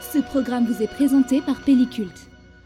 Ce programme vous est présenté par Pellicult.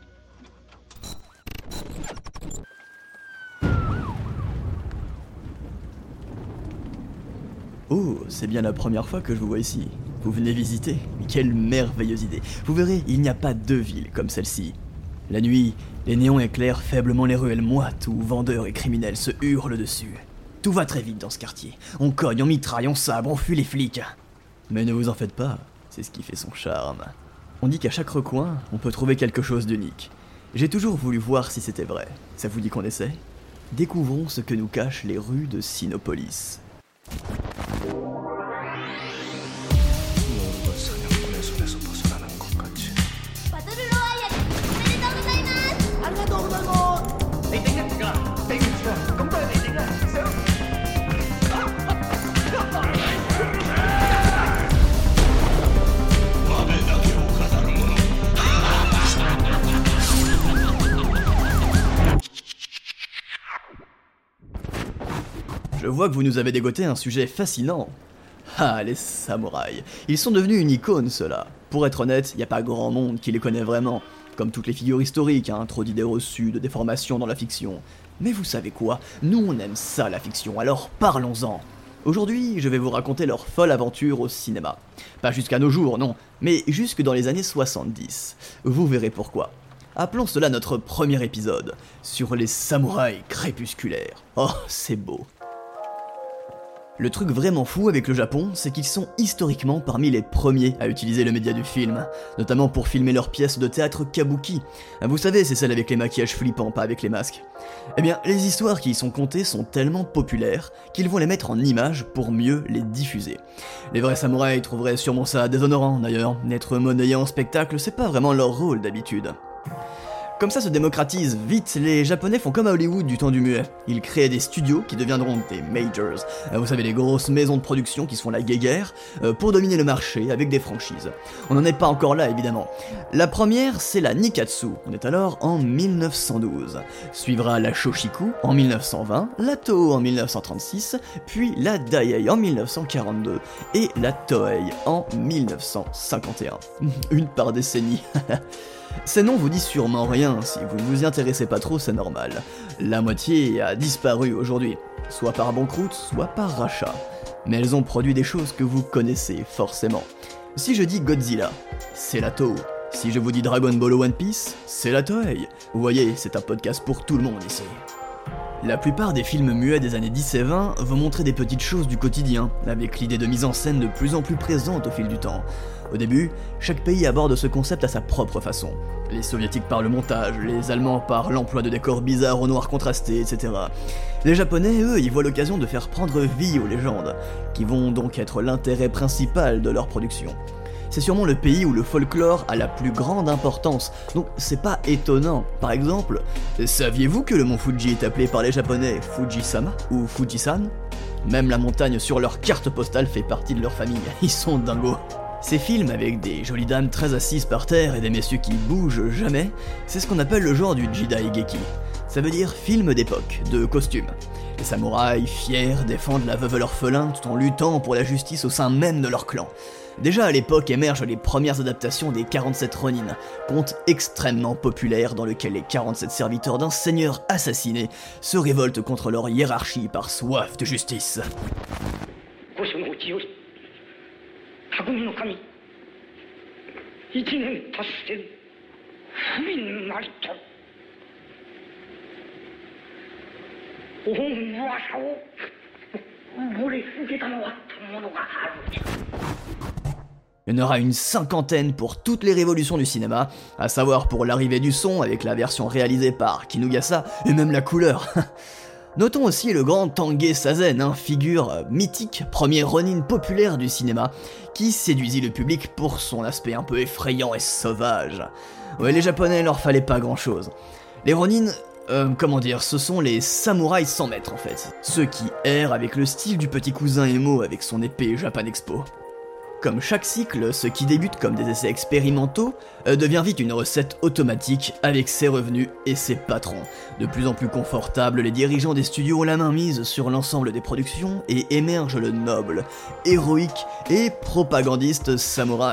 Oh, c'est bien la première fois que je vous vois ici. Vous venez visiter, mais quelle merveilleuse idée. Vous verrez, il n'y a pas deux villes comme celle-ci. La nuit, les néons éclairent faiblement les ruelles moites où vendeurs et criminels se hurlent dessus. Tout va très vite dans ce quartier. On cogne, on mitraille, on sabre, on fuit les flics. Mais ne vous en faites pas, c'est ce qui fait son charme. On dit qu'à chaque recoin, on peut trouver quelque chose d'unique. J'ai toujours voulu voir si c'était vrai. Ça vous dit qu'on essaie ? Découvrons ce que nous cachent les rues de Sinopolis. Je vois que vous nous avez dégoté un sujet fascinant. Ah, les samouraïs. Ils sont devenus une icône, ceux-là. Pour être honnête, y a pas grand monde qui les connaît vraiment. Comme toutes les figures historiques, trop d'idées reçues, de déformations dans la fiction. Mais vous savez quoi ? Nous, on aime ça, la fiction, alors parlons-en. Aujourd'hui, je vais vous raconter leur folle aventure au cinéma. Pas jusqu'à nos jours, non, mais jusque dans les années 70. Vous verrez pourquoi. Appelons cela notre premier épisode, sur les samouraïs crépusculaires. Oh, c'est beau. Le truc vraiment fou avec le Japon, c'est qu'ils sont historiquement parmi les premiers à utiliser le média du film, notamment pour filmer leurs pièces de théâtre kabuki. Vous savez, c'est celle avec les maquillages flippants, pas avec les masques. Eh bien, les histoires qui y sont contées sont tellement populaires qu'ils vont les mettre en images pour mieux les diffuser. Les vrais samouraïs trouveraient sûrement ça déshonorant d'ailleurs, n'être monnayés en spectacle, c'est pas vraiment leur rôle d'habitude. Comme ça se démocratise vite, les Japonais font comme à Hollywood du temps du muet. Ils créent des studios qui deviendront des majors. Vous savez, les grosses maisons de production qui se font la guéguerre pour dominer le marché avec des franchises. On n'en est pas encore là, évidemment. La première, c'est la Nikkatsu. On est alors en 1912. Suivra la Shoshiku en 1920, la Toho en 1936, puis la Daiei en 1942 et la Toei en 1951. Une par décennie. Ces noms vous disent sûrement rien, si vous ne vous y intéressez pas trop, c'est normal. La moitié a disparu aujourd'hui, soit par banqueroute, soit par rachat. Mais elles ont produit des choses que vous connaissez forcément. Si je dis Godzilla, c'est la Toho. Si je vous dis Dragon Ball ou One Piece, c'est la Toei. Vous voyez, c'est un podcast pour tout le monde ici. La plupart des films muets des années 10 et 20 vont montrer des petites choses du quotidien, avec l'idée de mise en scène de plus en plus présente au fil du temps. Au début, chaque pays aborde ce concept à sa propre façon. Les soviétiques par le montage, les allemands par l'emploi de décors bizarres au noir contrasté, etc. Les japonais, eux, y voient l'occasion de faire prendre vie aux légendes, qui vont donc être l'intérêt principal de leur production. C'est sûrement le pays où le folklore a la plus grande importance, donc c'est pas étonnant. Par exemple, saviez-vous que le mont Fuji est appelé par les japonais Fuji-sama ou Fuji-san ? Même la montagne sur leur carte postale fait partie de leur famille, ils sont dingos. Ces films avec des jolies dames très assises par terre et des messieurs qui bougent jamais, c'est ce qu'on appelle le genre du Jidaigeki. Ça veut dire film d'époque, de costume. Les samouraïs, fiers, défendent la veuve l'orphelin tout en luttant pour la justice au sein même de leur clan. Déjà à l'époque émergent les premières adaptations des 47 Ronin, conte extrêmement populaire dans lequel les 47 serviteurs d'un seigneur assassiné se révoltent contre leur hiérarchie par soif de justice. Il y en aura une cinquantaine pour toutes les révolutions du cinéma, à savoir pour l'arrivée du son avec la version réalisée par Kinugasa et même la couleur. Notons aussi le grand Tange Sazen, figure mythique, premier Ronin populaire du cinéma, qui séduisit le public pour son aspect un peu effrayant et sauvage. Ouais, les japonais leur fallait pas grand chose. Les Ronin, ce sont les samouraïs sans maître en fait. Ceux qui errent avec le style du petit cousin Emo avec son épée Japan Expo. Comme chaque cycle, ce qui débute comme des essais expérimentaux devient vite une recette automatique avec ses revenus et ses patrons. De plus en plus confortables, les dirigeants des studios ont la main mise sur l'ensemble des productions et émerge le noble, héroïque et propagandiste samouraï.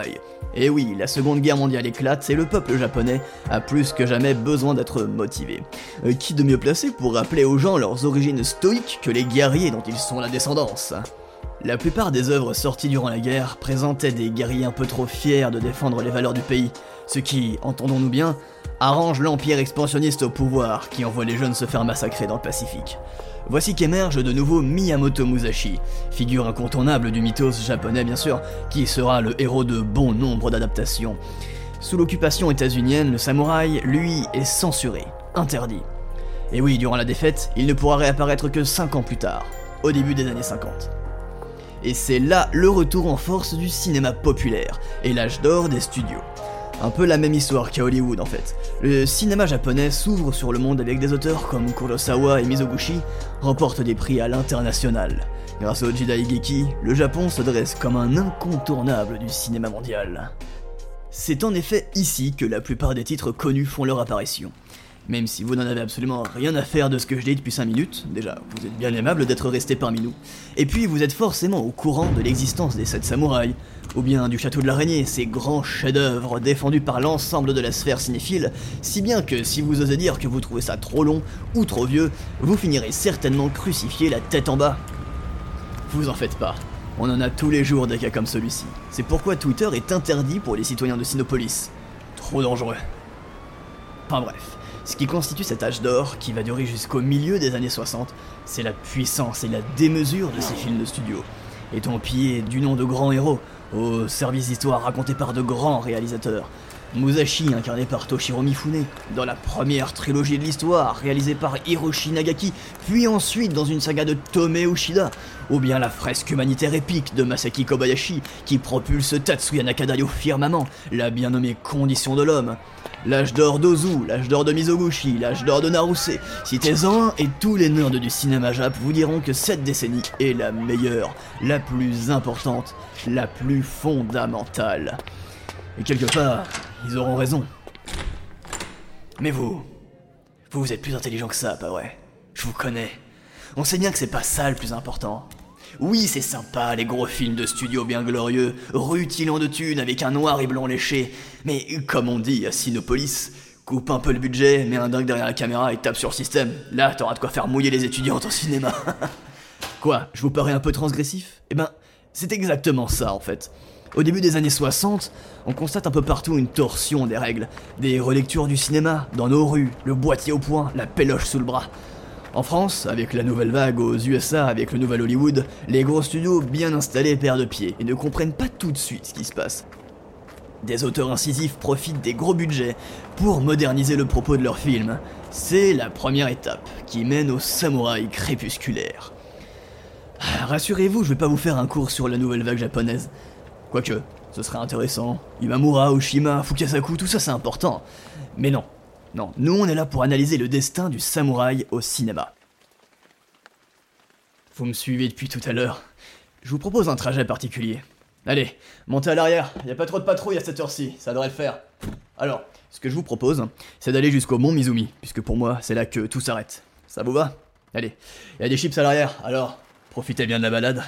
Et oui, la seconde guerre mondiale éclate et le peuple japonais a plus que jamais besoin d'être motivé. Qui de mieux placé pour rappeler aux gens leurs origines stoïques que les guerriers dont ils sont la descendance? La plupart des œuvres sorties durant la guerre présentaient des guerriers un peu trop fiers de défendre les valeurs du pays, ce qui, entendons-nous bien, arrange l'empire expansionniste au pouvoir qui envoie les jeunes se faire massacrer dans le Pacifique. Voici qu'émerge de nouveau Miyamoto Musashi, figure incontournable du mythos japonais bien sûr, qui sera le héros de bon nombre d'adaptations. Sous l'occupation états-unienne, le samouraï, lui, est censuré, interdit. Et oui, durant la défaite, il ne pourra réapparaître que 5 ans plus tard, au début des années 50. Et c'est là le retour en force du cinéma populaire, et l'âge d'or des studios. Un peu la même histoire qu'à Hollywood en fait. Le cinéma japonais s'ouvre sur le monde avec des auteurs comme Kurosawa et Mizoguchi, remportent des prix à l'international. Grâce au Jidaigeki, le Japon se dresse comme un incontournable du cinéma mondial. C'est en effet ici que la plupart des titres connus font leur apparition. Même si vous n'en avez absolument rien à faire de ce que je dis depuis 5 minutes, déjà, vous êtes bien aimable d'être resté parmi nous. Et puis vous êtes forcément au courant de l'existence des 7 samouraïs, ou bien du Château de l'Araignée, ces grands chefs-d'œuvre défendus par l'ensemble de la sphère cinéphile, si bien que si vous osez dire que vous trouvez ça trop long ou trop vieux, vous finirez certainement crucifié la tête en bas. Vous en faites pas, on en a tous les jours des cas comme celui-ci. C'est pourquoi Twitter est interdit pour les citoyens de Sinopolis. Trop dangereux. Enfin bref. Ce qui constitue cet âge d'or, qui va durer jusqu'au milieu des années 60, c'est la puissance et la démesure de ces films de studio. Étampillés du nom de grands héros, au service d'histoires racontées par de grands réalisateurs. Musashi, incarné par Toshiro Mifune, dans la première trilogie de l'histoire, réalisée par Hiroshi Nagaki, puis ensuite dans une saga de Tomei Ushida, ou bien la fresque humanitaire épique de Masaki Kobayashi, qui propulse Tatsuya Nakadai au firmament, la bien nommée Condition de l'homme. L'âge d'or d'Ozu, l'âge d'or de Mizoguchi, l'âge d'or de Naruse, citez-en un et tous les nerds du cinéma jap vous diront que cette décennie est la meilleure, la plus importante, la plus fondamentale. Et quelque part, ils auront raison. Mais vous êtes plus intelligent que ça, pas vrai? Je vous connais. On sait bien que c'est pas ça le plus important. Oui, c'est sympa, les gros films de studio bien glorieux, rutilant de thunes avec un noir et blanc léché, mais comme on dit à Sinopolis, coupe un peu le budget, mets un dingue derrière la caméra et tape sur le système. Là, t'auras de quoi faire mouiller les étudiants en cinéma. Quoi, je vous parais un peu transgressif? Eh ben, c'est exactement ça en fait. Au début des années 60, on constate un peu partout une torsion des règles, des relectures du cinéma, dans nos rues, le boîtier au poing, la péloche sous le bras. En France, avec la nouvelle vague, aux USA, avec le nouvel Hollywood, les gros studios bien installés perdent pied et ne comprennent pas tout de suite ce qui se passe. Des auteurs incisifs profitent des gros budgets pour moderniser le propos de leurs films. C'est la première étape qui mène au samouraï crépusculaire. Rassurez-vous, je vais pas vous faire un cours sur la nouvelle vague japonaise. Quoique, ce serait intéressant. Imamura, Oshima, Fukasaku, tout ça c'est important. Mais non. Non, nous on est là pour analyser le destin du samouraï au cinéma. Vous me suivez depuis tout à l'heure. Je vous propose un trajet particulier. Allez, montez à l'arrière, y a pas trop de patrouilles à cette heure-ci, ça devrait le faire. Alors, ce que je vous propose, c'est d'aller jusqu'au mont Mizumi, puisque pour moi, c'est là que tout s'arrête. Ça vous va? Allez, y a des chips à l'arrière, alors, profitez bien de la balade.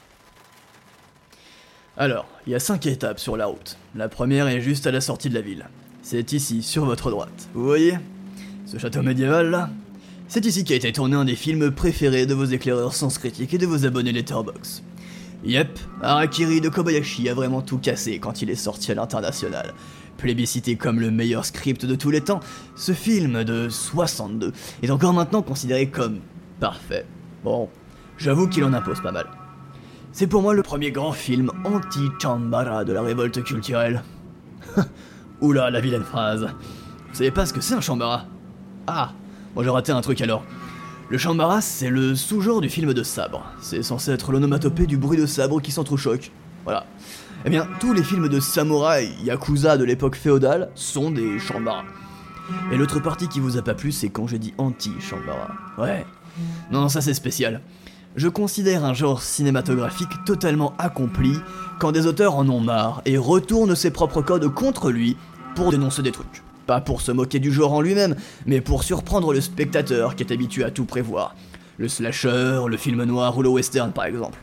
Alors, il y a 5 étapes sur la route. La première est juste à la sortie de la ville. C'est ici, sur votre droite. Vous voyez? Ce château médiéval là? C'est ici qu'a été tourné un des films préférés de vos éclaireurs Sens Critique et de vos abonnés Letterboxd. Yep, Harakiri de Kobayashi a vraiment tout cassé quand il est sorti à l'international. Plébiscité comme le meilleur script de tous les temps, ce film de 62 est encore maintenant considéré comme parfait. Bon, j'avoue qu'il en impose pas mal. C'est pour moi le premier grand film anti-Chambara de la révolte culturelle. Oula, la vilaine phrase. Vous savez pas ce que c'est un Chambara? Ah, moi j'ai raté un truc alors. Le Chambara, c'est le sous-genre du film de sabre. C'est censé être l'onomatopée du bruit de sabre qui s'entrechoque. Voilà. Eh bien, tous les films de samouraï, yakuza de l'époque féodale sont des Chambara. Et l'autre partie qui vous a pas plu, c'est quand je dis anti-Chambara. Ouais. Non, ça c'est spécial. Je considère un genre cinématographique totalement accompli quand des auteurs en ont marre et retournent ses propres codes contre lui pour dénoncer des trucs. Pas pour se moquer du genre en lui-même, mais pour surprendre le spectateur qui est habitué à tout prévoir. Le slasher, le film noir ou le western par exemple.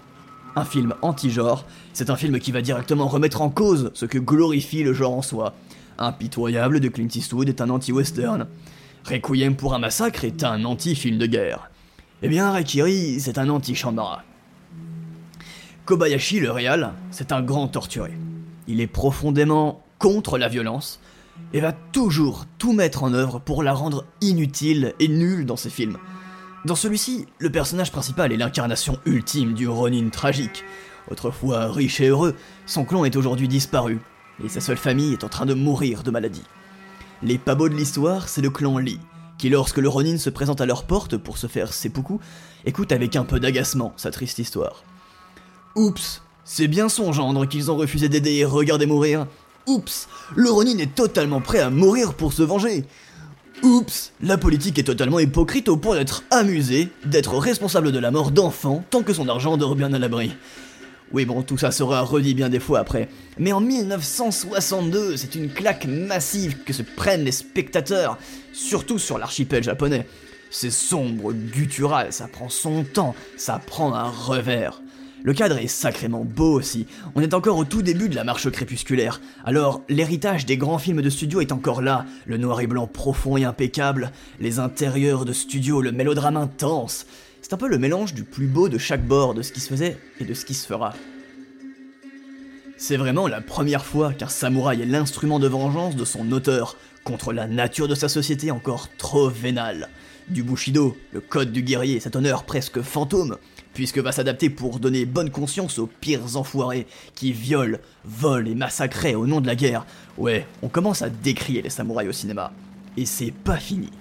Un film anti-genre, c'est un film qui va directement remettre en cause ce que glorifie le genre en soi. Impitoyable de Clint Eastwood est un anti-western. Requiem pour un massacre est un anti-film de guerre. Eh bien, Harakiri, c'est un anti-Shambara. Kobayashi, le réal, c'est un grand torturé. Il est profondément contre la violence et va toujours tout mettre en œuvre pour la rendre inutile et nulle dans ses films. Dans celui-ci, le personnage principal est l'incarnation ultime du Ronin tragique. Autrefois riche et heureux, son clan est aujourd'hui disparu, et sa seule famille est en train de mourir de maladie. Les pas beaux de l'histoire, c'est le clan Lee, qui lorsque le Ronin se présente à leur porte pour se faire seppuku, écoute avec un peu d'agacement sa triste histoire. Oups, c'est bien son gendre qu'ils ont refusé d'aider et regarder mourir. Oups, le Ronin est totalement prêt à mourir pour se venger. Oups, la politique est totalement hypocrite au point d'être amusée, d'être responsable de la mort d'enfants tant que son argent dort bien à l'abri. Oui bon, tout ça sera redit bien des fois après, mais en 1962, c'est une claque massive que se prennent les spectateurs, surtout sur l'archipel japonais. C'est sombre, guttural, ça prend son temps, ça prend un revers. Le cadre est sacrément beau aussi, on est encore au tout début de la marche crépusculaire, alors l'héritage des grands films de studio est encore là, le noir et blanc profond et impeccable, les intérieurs de studio, le mélodrame intense, c'est un peu le mélange du plus beau de chaque bord, de ce qui se faisait et de ce qui se fera. C'est vraiment la première fois qu'un samouraï est l'instrument de vengeance de son auteur, contre la nature de sa société encore trop vénale. Du Bushido, le code du guerrier, cet honneur presque fantôme, puisque va s'adapter pour donner bonne conscience aux pires enfoirés qui violent, volent et massacraient au nom de la guerre. Ouais, on commence à décrier les samouraïs au cinéma. Et c'est pas fini.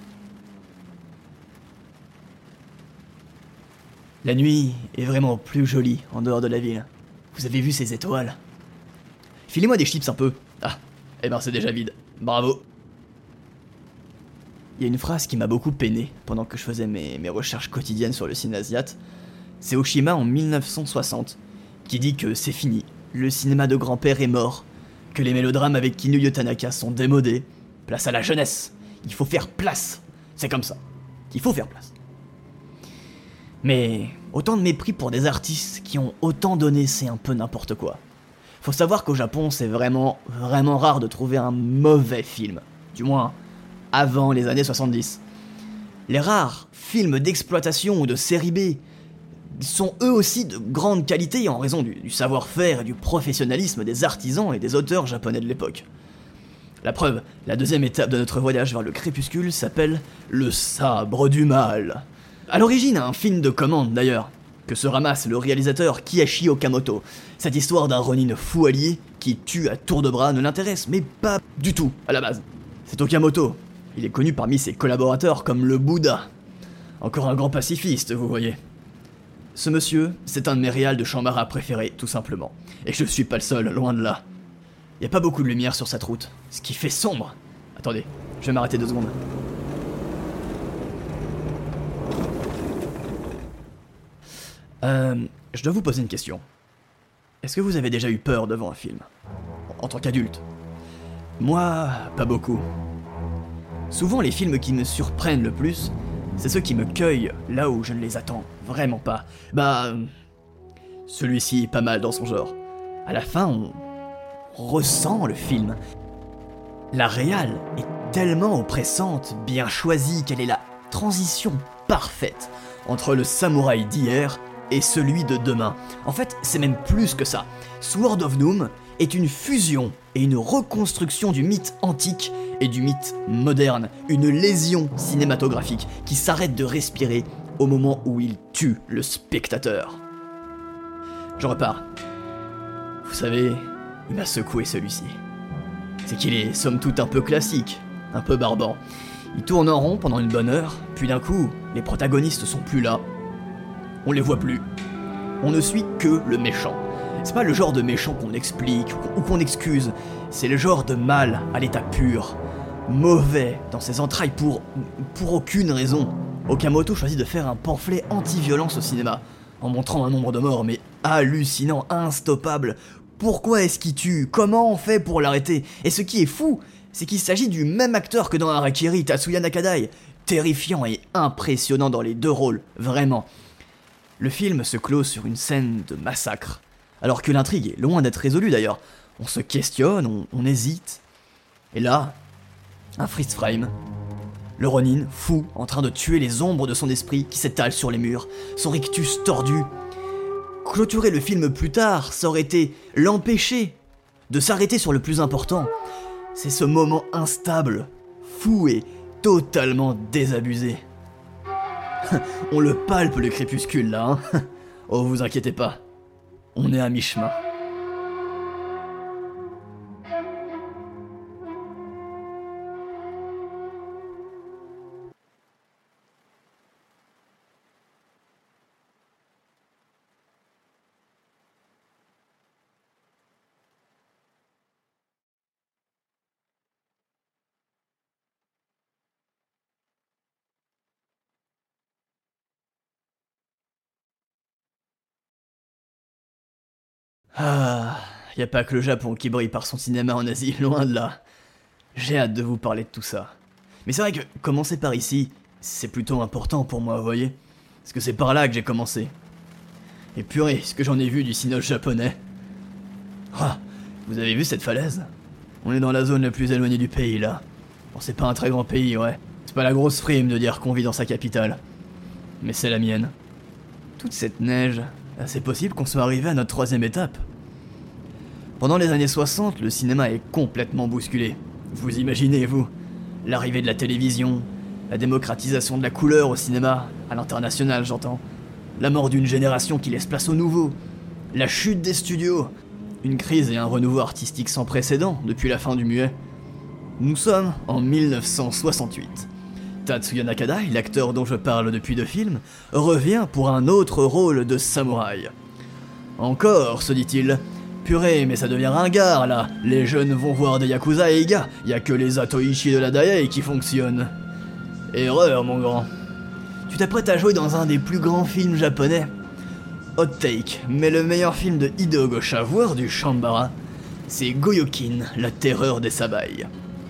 La nuit est vraiment plus jolie en dehors de la ville. Vous avez vu ces étoiles? Filez-moi des chips un peu. Ah, eh ben c'est déjà vide. Bravo. Il y a une phrase qui m'a beaucoup peiné pendant que je faisais mes recherches quotidiennes sur le ciné asiate. C'est Oshima en 1960 qui dit que c'est fini, le cinéma de grand-père est mort, que les mélodrames avec Kinuyo Tanaka sont démodés, place à la jeunesse, il faut faire place, c'est comme ça, il faut faire place. Mais autant de mépris pour des artistes qui ont autant donné, c'est un peu n'importe quoi. Faut savoir qu'au Japon, c'est vraiment rare de trouver un mauvais film, du moins avant les années 70. Les rares films d'exploitation ou de série B sont eux aussi de grande qualité en raison du savoir-faire et du professionnalisme des artisans et des auteurs japonais de l'époque. La preuve, la deuxième étape de notre voyage vers le crépuscule s'appelle Le Sabre du Mal. À l'origine, un film de commande d'ailleurs, que se ramasse le réalisateur Kiyoshi Okamoto. Cette histoire d'un Ronin fou allié qui tue à tour de bras ne l'intéresse, mais pas du tout à la base. C'est Okamoto. Il est connu parmi ses collaborateurs comme le Bouddha. Encore un grand pacifiste, vous voyez. Ce monsieur, c'est un de mes réals de Shambara préférés, tout simplement. Et je suis pas le seul, loin de là. Y a pas beaucoup de lumière sur cette route, ce qui fait sombre. Attendez, je vais m'arrêter 2 secondes. Je dois vous poser une question. Est-ce que vous avez déjà eu peur devant un film? En tant qu'adulte? Moi, pas beaucoup. Souvent, les films qui me surprennent le plus, c'est ceux qui me cueillent là où je ne les attends vraiment pas. Celui-ci est pas mal dans son genre. À la fin, on ressent le film. La réal est tellement oppressante, bien choisie, qu'elle est la transition parfaite entre le samouraï d'hier et celui de demain. En fait, c'est même plus que ça. Sword of Doom est une fusion et une reconstruction du mythe antique et du mythe moderne, une lésion cinématographique qui s'arrête de respirer au moment où il tue le spectateur. Je repars. Vous savez, il m'a secoué celui-ci. C'est qu'il est somme toute un peu classique, un peu barbant. Il tourne en rond pendant une bonne heure, puis d'un coup, les protagonistes sont plus là. On les voit plus. On ne suit que le méchant. C'est pas le genre de méchant qu'on explique ou qu'on excuse, c'est le genre de mal à l'état pur, mauvais dans ses entrailles pour aucune raison. Okamoto choisit de faire un pamphlet anti-violence au cinéma, en montrant un nombre de morts mais hallucinant, instoppable. Pourquoi est-ce qu'il tue? Comment on fait pour l'arrêter? Et ce qui est fou, c'est qu'il s'agit du même acteur que dans Harakiri, Tatsuya Nakadai, terrifiant et impressionnant dans les 2 rôles, vraiment. Le film se clôt sur une scène de massacre, alors que l'intrigue est loin d'être résolue d'ailleurs. On se questionne, on hésite. Et là, un freeze frame. Le Ronin, fou, en train de tuer les ombres de son esprit qui s'étalent sur les murs, son rictus tordu. Clôturer le film plus tard, ça aurait été l'empêcher de s'arrêter sur le plus important. C'est ce moment instable, fou et totalement désabusé. On le palpe le crépuscule là, hein. Oh, vous inquiétez pas, on est à mi-chemin. Ah, y a pas que le Japon qui brille par son cinéma en Asie, loin de là. J'ai hâte de vous parler de tout ça. Mais c'est vrai que commencer par ici, c'est plutôt important pour moi, vous voyez. Parce que c'est par là que j'ai commencé. Et purée, ce que j'en ai vu du cinoche japonais. Ah, vous avez vu cette falaise? On est dans la zone la plus éloignée du pays, là. Bon, c'est pas un très grand pays, ouais. C'est pas la grosse frime de dire qu'on vit dans sa capitale. Mais c'est la mienne. Toute cette neige, c'est possible qu'on soit arrivé à notre 3e étape. Pendant les années 60, le cinéma est complètement bousculé. Vous imaginez, vous, l'arrivée de la télévision, la démocratisation de la couleur au cinéma, à l'international j'entends, la mort d'une génération qui laisse place au nouveau, la chute des studios, une crise et un renouveau artistique sans précédent depuis la fin du muet. Nous sommes en 1968. Tatsuya Nakada, l'acteur dont je parle depuis 2 films, revient pour un autre rôle de samouraï. Encore, se dit-il. Purée, mais ça devient ringard là. Les jeunes vont voir des Yakuza et Iga, y a que les Atoichi de la Daiei qui fonctionnent. Erreur, mon grand. Tu t'apprêtes à jouer dans un des plus grands films japonais. Hot take, mais le meilleur film de Hideo Gosha, voire du Shambara, c'est Goyokin, la terreur des sabayes.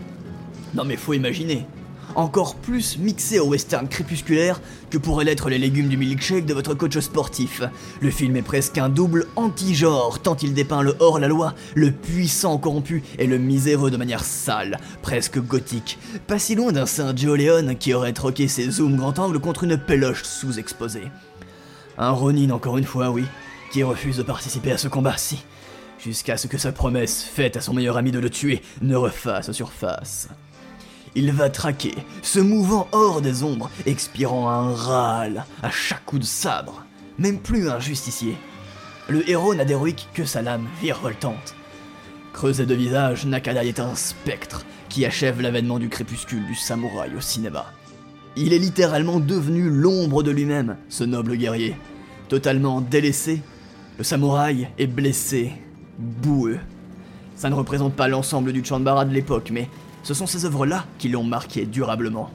Non mais faut imaginer. Encore plus mixé au western crépusculaire que pourraient l'être les légumes du milkshake de votre coach sportif. Le film est presque un double anti-genre, tant il dépeint le hors-la-loi, le puissant corrompu et le miséreux de manière sale, presque gothique. Pas si loin d'un Sergio Leone qui aurait troqué ses zooms grand angle contre une péloche sous-exposée. Un Ronin encore une fois, oui, qui refuse de participer à ce combat, si, jusqu'à ce que sa promesse, faite à son meilleur ami de le tuer, ne refasse surface. Il va traquer, se mouvant hors des ombres, expirant un râle à chaque coup de sabre. Même plus un justicier. Le héros n'a d'héroïque que sa lame virevoltante. Creusé de visage, Nakada est un spectre qui achève l'avènement du crépuscule du samouraï au cinéma. Il est littéralement devenu l'ombre de lui-même, ce noble guerrier. Totalement délaissé, le samouraï est blessé, boueux. Ça ne représente pas l'ensemble du Chanbara de l'époque, mais ce sont ces œuvres-là qui l'ont marqué durablement.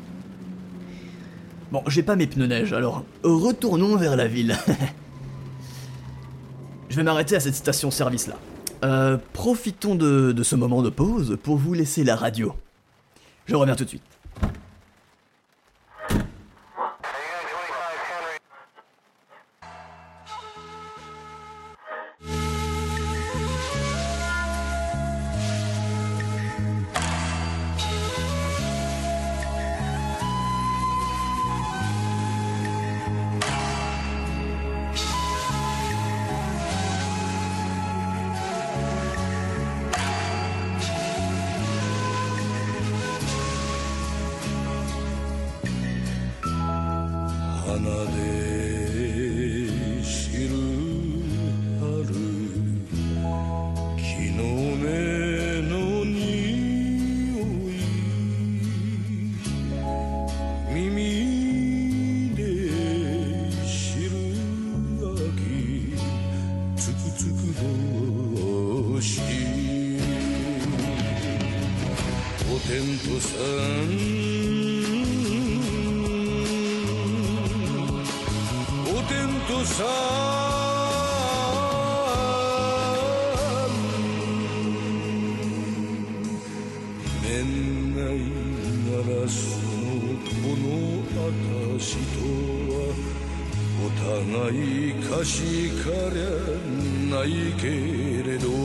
Bon, j'ai pas mes pneus neige, alors retournons vers la ville. Je vais m'arrêter à cette station-service là. Profitons de ce moment de pause pour vous laisser la radio. Je reviens tout de suite. 互い貸しかりゃないけれど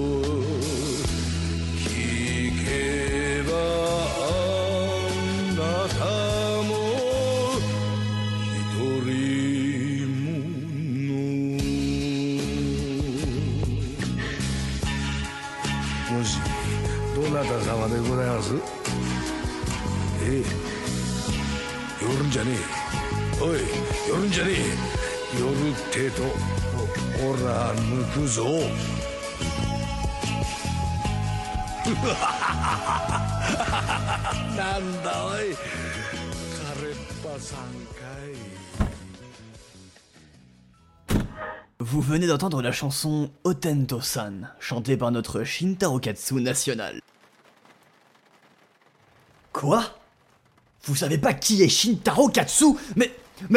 聞けばあなたも一人者もしどなた様でございます？寄るんじゃねえ。おい、寄るんじゃねえ。寄るってとほら抜くぞ。なんだおい、カレッパさんかい。 Vous venez d'entendre la chanson Otento-san, chantée par notre Shintaro Katsu national. Quoi? Vous savez pas qui est Shintaro Katsu? Mais...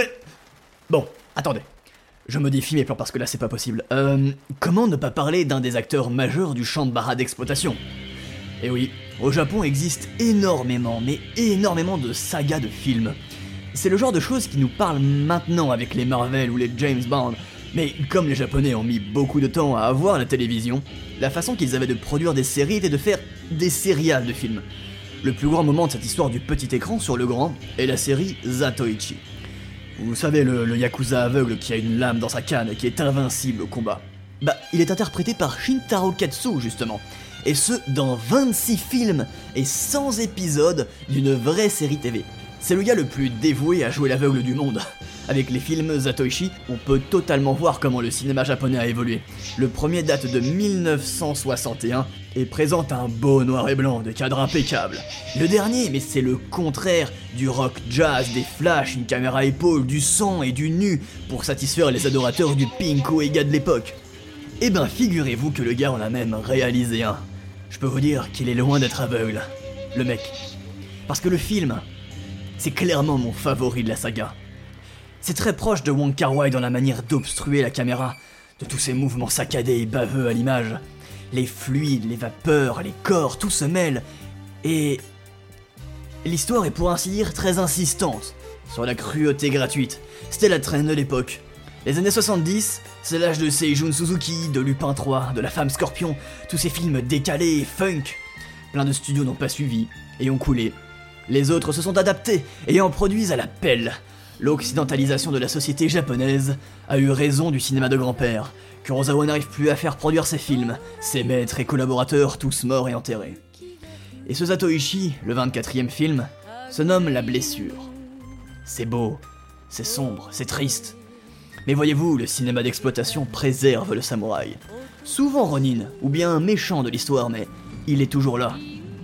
Bon, attendez. Je modifie mes plans parce que là c'est pas possible. Comment ne pas parler d'un des acteurs majeurs du champ de bara d'exploitation? Et oui, au Japon existe énormément, mais énormément de sagas de films. C'est le genre de choses qui nous parlent maintenant avec les Marvel ou les James Bond. Mais comme les Japonais ont mis beaucoup de temps à avoir la télévision, la façon qu'ils avaient de produire des séries était de faire des sérials de films. Le plus grand moment de cette histoire du petit écran sur le grand est la série Zatoichi. Vous savez, le yakuza aveugle qui a une lame dans sa canne et qui est invincible au combat. Bah, il est interprété par Shintaro Katsu justement, et ce dans 26 films et 100 épisodes d'une vraie série TV. C'est le gars le plus dévoué à jouer l'aveugle du monde. Avec les films Zatoichi, on peut totalement voir comment le cinéma japonais a évolué. Le premier date de 1961 et présente un beau noir et blanc, des cadres impeccables. Le dernier, mais c'est le contraire, du rock jazz, des flashs, une caméra épaule, du sang et du nu pour satisfaire les adorateurs du pinko et gars de l'époque. Eh ben figurez-vous que le gars en a même réalisé un. Je peux vous dire qu'il est loin d'être aveugle, le mec. Parce que le film, c'est clairement mon favori de la saga. C'est très proche de Wong Kar-wai dans la manière d'obstruer la caméra, de tous ces mouvements saccadés et baveux à l'image. Les fluides, les vapeurs, les corps, tout se mêle. Et l'histoire est pour ainsi dire très insistante sur la cruauté gratuite. C'était la traîne de l'époque. Les années 70, c'est l'âge de Seijun Suzuki, de Lupin III, de La Femme Scorpion, tous ces films décalés et funk. Plein de studios n'ont pas suivi et ont coulé. Les autres se sont adaptés et en produisent à la pelle. L'occidentalisation de la société japonaise a eu raison du cinéma de grand-père. Kurosawa n'arrive plus à faire produire ses films, ses maîtres et collaborateurs tous morts et enterrés. Et ce Zatoichi, le 24e film, se nomme La Blessure. C'est beau, c'est sombre, c'est triste. Mais voyez-vous, le cinéma d'exploitation préserve le samouraï. Souvent Ronin, ou bien méchant de l'histoire, mais il est toujours là.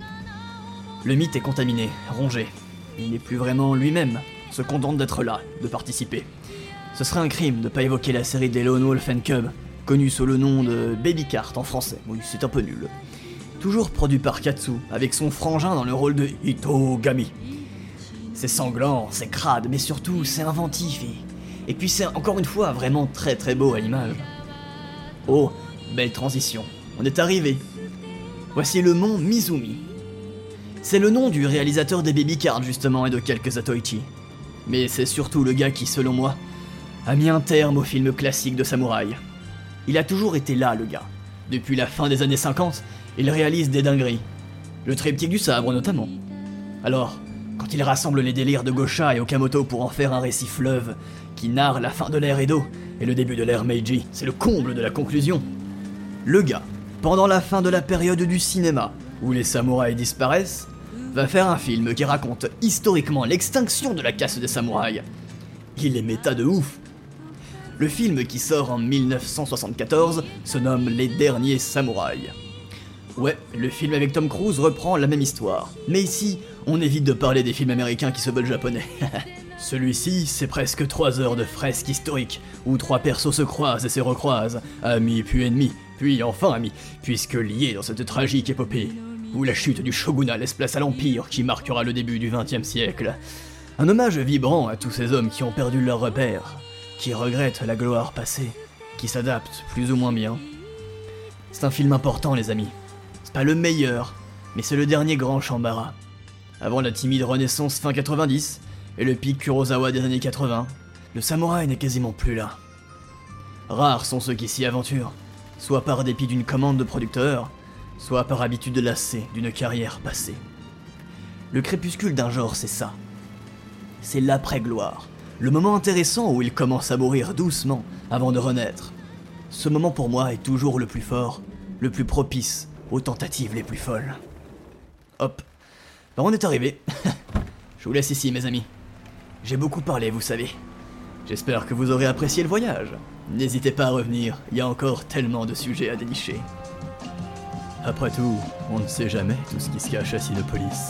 Le mythe est contaminé, rongé. Il n'est plus vraiment lui-même, se contente d'être là, de participer. Ce serait un crime de ne pas évoquer la série des Lone Wolf and Cub, connue sous le nom de Baby Cart en français. Oui, c'est un peu nul. Toujours produit par Katsu, avec son frangin dans le rôle de Hitogami. C'est sanglant, c'est crade, mais surtout c'est inventif et puis c'est encore une fois vraiment très très beau à l'image. Oh, belle transition, on est arrivé. Voici le mont Mizumi. C'est le nom du réalisateur des Baby Cart justement et de quelques Zatoichi. Mais c'est surtout le gars qui, selon moi, a mis un terme au film classique de samouraï. Il a toujours été là, le gars. Depuis la fin des années 50, il réalise des dingueries. Le triptyque du sabre, notamment. Alors, quand il rassemble les délires de Gosha et Okamoto pour en faire un récit fleuve qui narre la fin de l'ère Edo et le début de l'ère Meiji, c'est le comble de la conclusion. Le gars, pendant la fin de la période du cinéma, où les samouraïs disparaissent, va faire un film qui raconte historiquement l'extinction de la caste des samouraïs. Il est méta de ouf. Le film qui sort en 1974 se nomme Les Derniers Samouraïs. Ouais, le film avec Tom Cruise reprend la même histoire. Mais ici, on évite de parler des films américains qui se veulent japonais. Celui-ci, c'est presque 3 heures de fresque historique, où 3 persos se croisent et se recroisent, amis puis ennemis, puis enfin amis, puisque liés dans cette tragique épopée, où la chute du shogunat laisse place à l'Empire qui marquera le début du XXe siècle. Un hommage vibrant à tous ces hommes qui ont perdu leur repère, qui regrettent la gloire passée, qui s'adaptent plus ou moins bien. C'est un film important, les amis. C'est pas le meilleur, mais c'est le dernier grand Shambara. Avant la timide renaissance fin 90 et le pic Kurosawa des années 80, le samouraï n'est quasiment plus là. Rares sont ceux qui s'y aventurent, soit par dépit d'une commande de producteur, soit par habitude lassée d'une carrière passée. Le crépuscule d'un genre, c'est ça. C'est l'après-gloire, le moment intéressant où il commence à mourir doucement avant de renaître. Ce moment pour moi est toujours le plus fort, le plus propice aux tentatives les plus folles. Hop, ben on est arrivé. Je vous laisse ici, mes amis. J'ai beaucoup parlé, vous savez. J'espère que vous aurez apprécié le voyage. N'hésitez pas à revenir, il y a encore tellement de sujets à dénicher. Après tout, on ne sait jamais tout ce qui se cache à Sinopolis.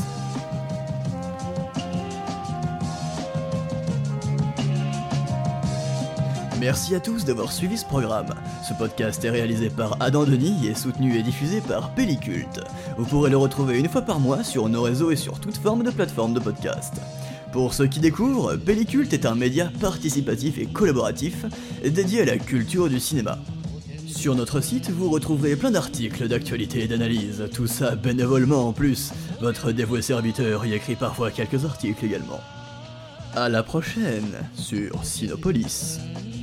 Merci à tous d'avoir suivi ce programme. Ce podcast est réalisé par Adam Denis et soutenu et diffusé par Pellicult. Vous pourrez le retrouver une fois par mois sur nos réseaux et sur toute forme de plateforme de podcast. Pour ceux qui découvrent, Pellicult est un média participatif et collaboratif dédié à la culture du cinéma. Sur notre site, vous retrouverez plein d'articles d'actualité et d'analyse, tout ça bénévolement en plus. Votre dévoué serviteur y écrit parfois quelques articles également. À la prochaine sur Sinopolis.